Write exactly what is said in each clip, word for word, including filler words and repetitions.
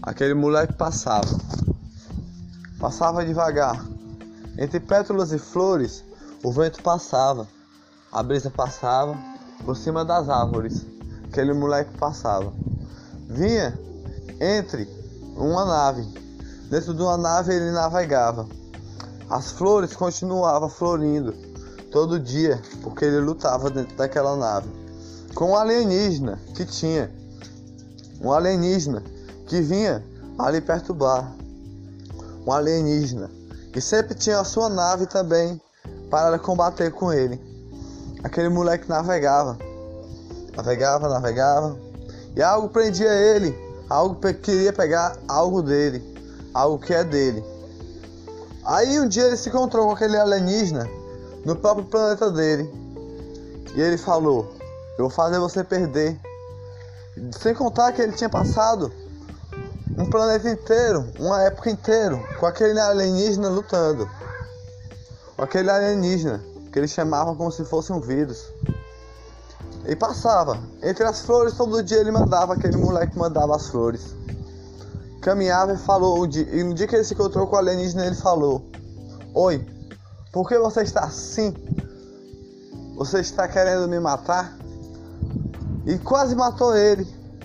Aquele moleque passava. Passava devagar. Entre pétalas e flores, o vento passava. A brisa passava por cima das árvores. Aquele moleque passava. Vinha entre uma nave. Dentro de uma nave ele navegava. As flores continuavam florindo todo dia, porque ele lutava dentro daquela nave com um alienígena que tinha. Um alienígena que vinha ali perturbar. Um alienígena que sempre tinha a sua nave também para combater com ele. Aquele moleque navegava. Navegava, navegava. E algo prendia ele. Algo que queria pegar algo dele. Algo que é dele. Aí um dia ele se encontrou com aquele alienígena no próprio planeta dele. E ele falou: eu vou fazer você perder. Sem contar que ele tinha passado um planeta inteiro, uma época inteira, com aquele alienígena lutando. Com aquele alienígena que ele chamava como se fosse um vírus. E passava entre as flores, todo dia ele mandava, aquele moleque mandava as flores. Caminhava e falou, e no dia que ele se encontrou com o alienígena, ele falou: oi, por que você está assim? Você está querendo me matar? E quase matou ele.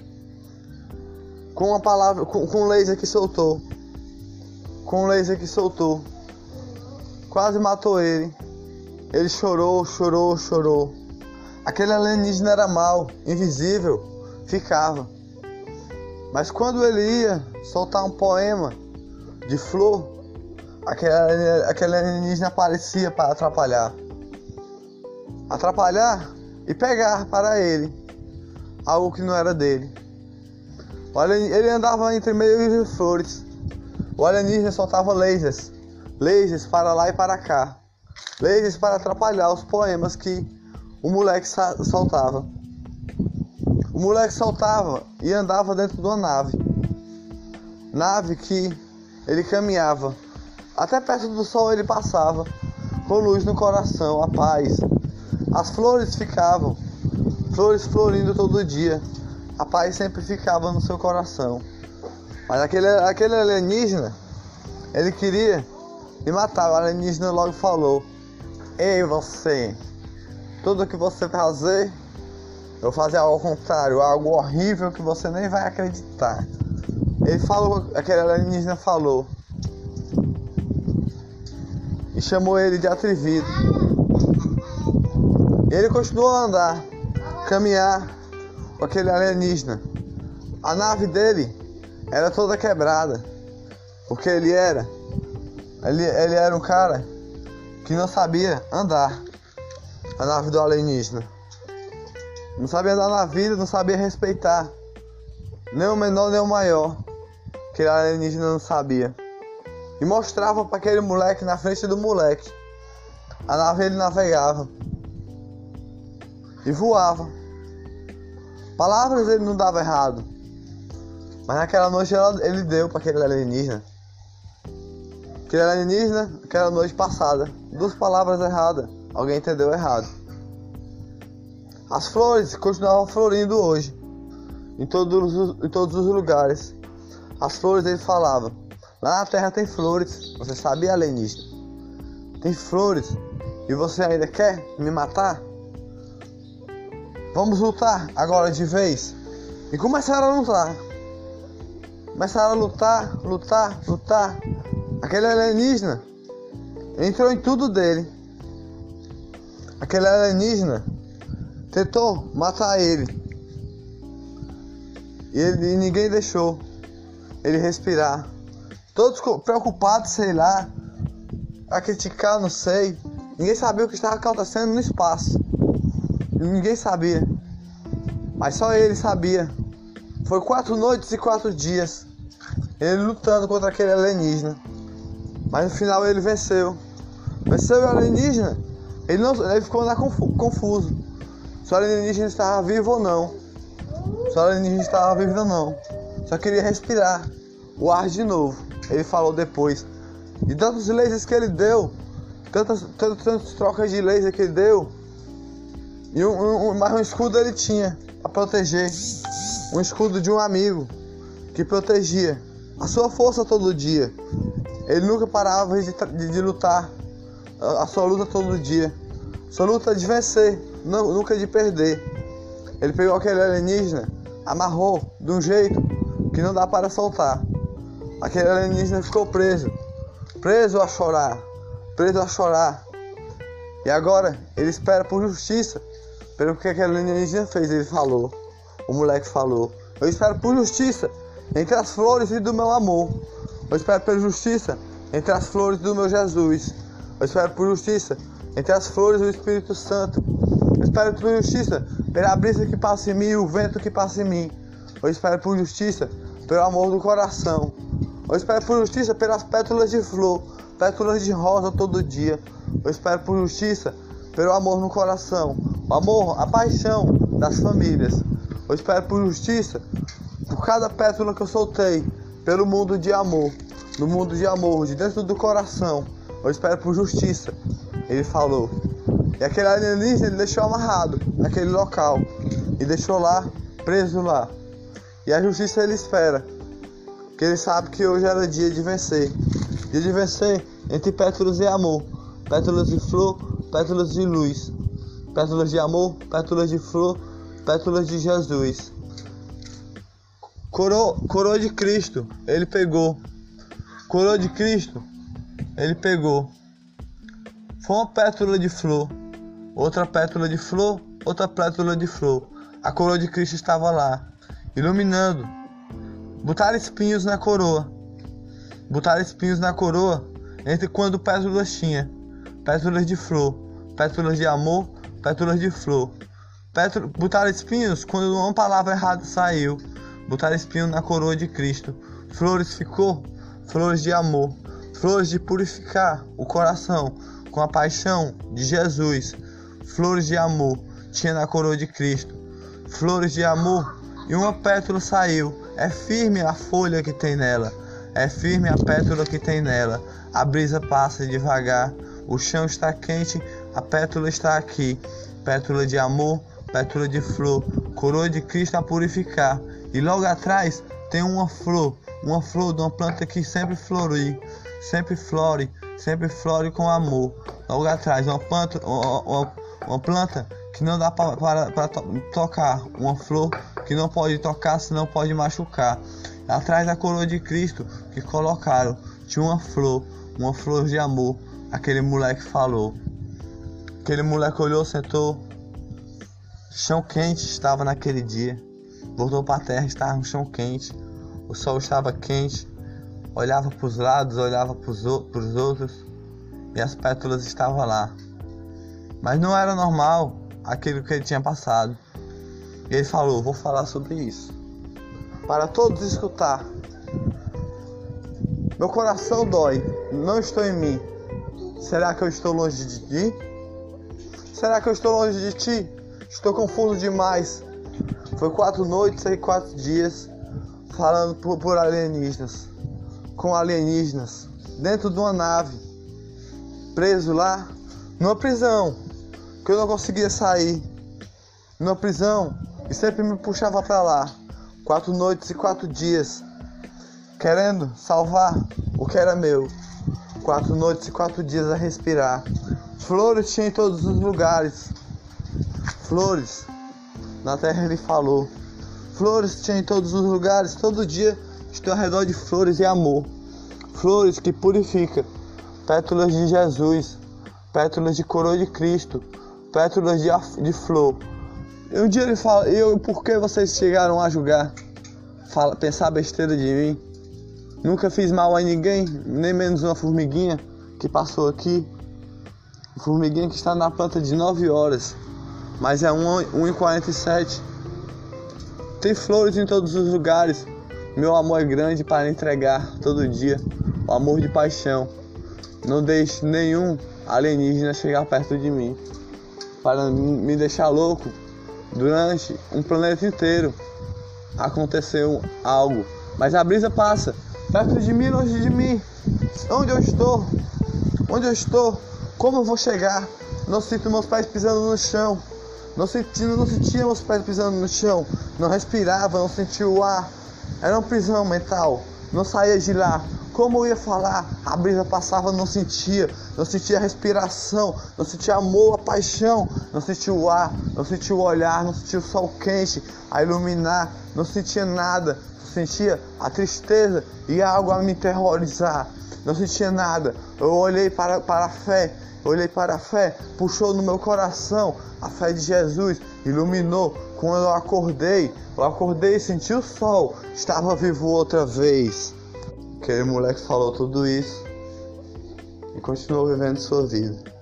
Com uma palavra, com, com um laser que soltou. Com um laser que soltou. Quase matou ele. Ele chorou, chorou, chorou. Aquele alienígena era mau, invisível, ficava. Mas quando ele ia soltar um poema de flor, aquele, aquele alienígena aparecia para atrapalhar. Atrapalhar e pegar para ele algo que não era dele. Ele andava entre meio de flores. O alienígena soltava lasers. Lasers para lá e para cá. Lasers para atrapalhar os poemas que o moleque soltava. O moleque soltava e andava dentro de uma nave. Nave que ele caminhava. Até perto do sol ele passava, com luz no coração, a paz. As flores ficavam, flores florindo todo dia. A paz sempre ficava no seu coração. Mas aquele, aquele alienígena, ele queria me matar. O alienígena logo falou: ei você, tudo que você fazer, eu vou fazer algo ao contrário, algo horrível que você nem vai acreditar. Ele falou, aquele alienígena falou. E chamou ele de atrevido. E ele continuou a andar, caminhar com aquele alienígena. A nave dele era toda quebrada, porque ele era ele, ele era um cara que não sabia andar. A nave do alienígena não sabia andar na vida, não sabia respeitar nem o menor nem o maior. Aquele alienígena não sabia. E mostrava para aquele moleque na frente do moleque. A nave ele navegava e voava. Palavras ele não dava errado, mas naquela noite ele deu para aquele alienígena. Aquele alienígena, aquela noite passada, duas palavras erradas, alguém entendeu errado. As flores continuavam florindo hoje, em todos os, em todos os lugares. As flores ele falava: lá na terra tem flores, você sabia, alienígena? Tem flores, e você ainda quer me matar? Vamos lutar agora de vez. E começaram a lutar. Começaram a lutar, lutar, lutar. Aquele alienígena entrou em tudo dele. Aquele alienígena tentou matar ele. E, ele, e ninguém deixou ele respirar. Todos preocupados, sei lá, a criticar, não sei. Ninguém sabia o que estava acontecendo no espaço. Ninguém sabia, mas só ele sabia. Foi quatro noites e quatro dias ele lutando contra aquele alienígena. Mas no final ele venceu. Venceu o alienígena. Ele, não, ele ficou lá confuso se o alienígena estava vivo ou não. Se o alienígena estava vivo ou não. Só queria respirar o ar de novo. Ele falou depois. E tantos lasers que ele deu, tantas, tantas, tantas trocas de laser que ele deu. E um, um, mais um escudo ele tinha para proteger. Um escudo de um amigo que protegia. a sua força todo dia. Ele nunca parava de, de, de lutar, a, a sua luta todo dia. Sua luta de vencer, não, nunca de perder. Ele pegou aquele alienígena, amarrou de um jeito que não dá para soltar. Aquele alienígena ficou preso, preso a chorar, preso a chorar. E agora ele espera por justiça, pelo que aquele alienígena fez. Ele falou, o moleque falou: eu espero por justiça entre as flores e do meu amor. Eu espero por justiça entre as flores do meu Jesus. Eu espero por justiça entre as flores do Espírito Santo. Eu espero por justiça pela brisa que passa em mim e o vento que passa em mim. Eu espero por justiça pelo amor do coração. Eu espero por justiça pelas pétalas de flor, pétalas de rosa todo dia. Eu espero por justiça pelo amor no coração, o amor, a paixão das famílias. Eu espero por justiça por cada pétala que eu soltei pelo mundo de amor, no mundo de amor, de dentro do coração. Eu espero por justiça, ele falou. E aquele alienígena ele deixou amarrado naquele local e deixou lá, preso lá. E a justiça ele espera, que ele sabe que hoje era dia de vencer. Dia de vencer entre pétalas e amor, pétalas de flor, pétalas de luz, pétalas de amor, pétalas de flor, pétalas de Jesus. Coroa, coroa de Cristo, ele pegou. Coroa de Cristo, ele pegou. Foi uma pétala de flor, outra pétala de flor, outra pétala de flor. A coroa de Cristo estava lá, iluminando. Botaram espinhos na coroa. Botaram espinhos na coroa entre quando pétalas tinha. Pétalas de flor, pétalas de amor, pétalas de flor. Pétalas, botaram espinhos quando uma palavra errada saiu. Botaram espinho na coroa de Cristo. Flores ficou, flores de amor, flores de purificar o coração com a paixão de Jesus. Flores de amor tinha na coroa de Cristo. Flores de amor e uma pétala saiu. É firme a folha que tem nela, é firme a pétala que tem nela. A brisa passa devagar, o chão está quente, a pétala está aqui. Pétala de amor, pétala de flor, coroa de Cristo a purificar. E logo atrás tem uma flor, uma flor de uma planta que sempre flori, sempre flore, sempre flore com amor. Logo atrás uma planta, uma, uma, uma planta que não dá para, para, para to, tocar, uma flor que não pode tocar, senão pode machucar. Atrás da coroa de Cristo que colocaram, tinha uma flor, uma flor de amor. Aquele moleque falou. Aquele moleque olhou, sentou. Chão quente estava naquele dia. Voltou para a terra, estava no chão quente. O sol estava quente. Olhava para os lados, olhava para os outros. E as pétalas estavam lá. Mas não era normal aquilo que ele tinha passado. E ele falou: vou falar sobre isso para todos escutar. Meu coração dói, não estou em mim. Será que eu estou longe de ti? Será que eu estou longe de ti? Estou confuso demais. Foi quatro noites e quatro dias falando por, por alienígenas, com alienígenas, dentro de uma nave, preso lá, numa prisão, que eu não conseguia sair, numa prisão, e sempre me puxava para lá. Quatro noites e quatro dias, querendo salvar o que era meu. Quatro noites e quatro dias a respirar. Flores tinha em todos os lugares. Flores, na terra ele falou. Flores tinha em todos os lugares. Todo dia estou ao redor de flores e amor. Flores que purificam. Pétalas de Jesus. Pétalas de coroa de Cristo. Pétalas de, de flor. E um dia ele fala: eu, por que vocês chegaram a julgar? Fala, pensar besteira de mim? Nunca fiz mal a ninguém, nem menos uma formiguinha que passou aqui. Formiguinha que está na planta de nove horas, mas é uma e quarenta e sete. Tem flores em todos os lugares. Meu amor é grande para entregar todo dia. O amor de paixão. Não deixe nenhum alienígena chegar perto de mim para me deixar louco. Durante um planeta inteiro aconteceu algo, mas a brisa passa perto de mim, longe de mim. Onde eu estou? Onde eu estou? Como eu vou chegar? Não sinto meus pés pisando no chão. Não sentia, não sentia meus pés pisando no chão. Não respirava, não sentia o ar. Era uma prisão mental. não saía de lá. Como eu ia falar? A brisa passava, não sentia, não sentia a respiração, não sentia amor, a paixão, não sentia o ar, não sentia o olhar, não sentia o sol quente a iluminar, não sentia nada, sentia a tristeza e algo a me terrorizar, não sentia nada. Eu olhei para, para a fé, olhei para a fé, puxou no meu coração a fé de Jesus, iluminou. Quando eu acordei, eu acordei e senti o sol, estava vivo outra vez. Aquele moleque falou tudo isso e continuou vivendo sua vida.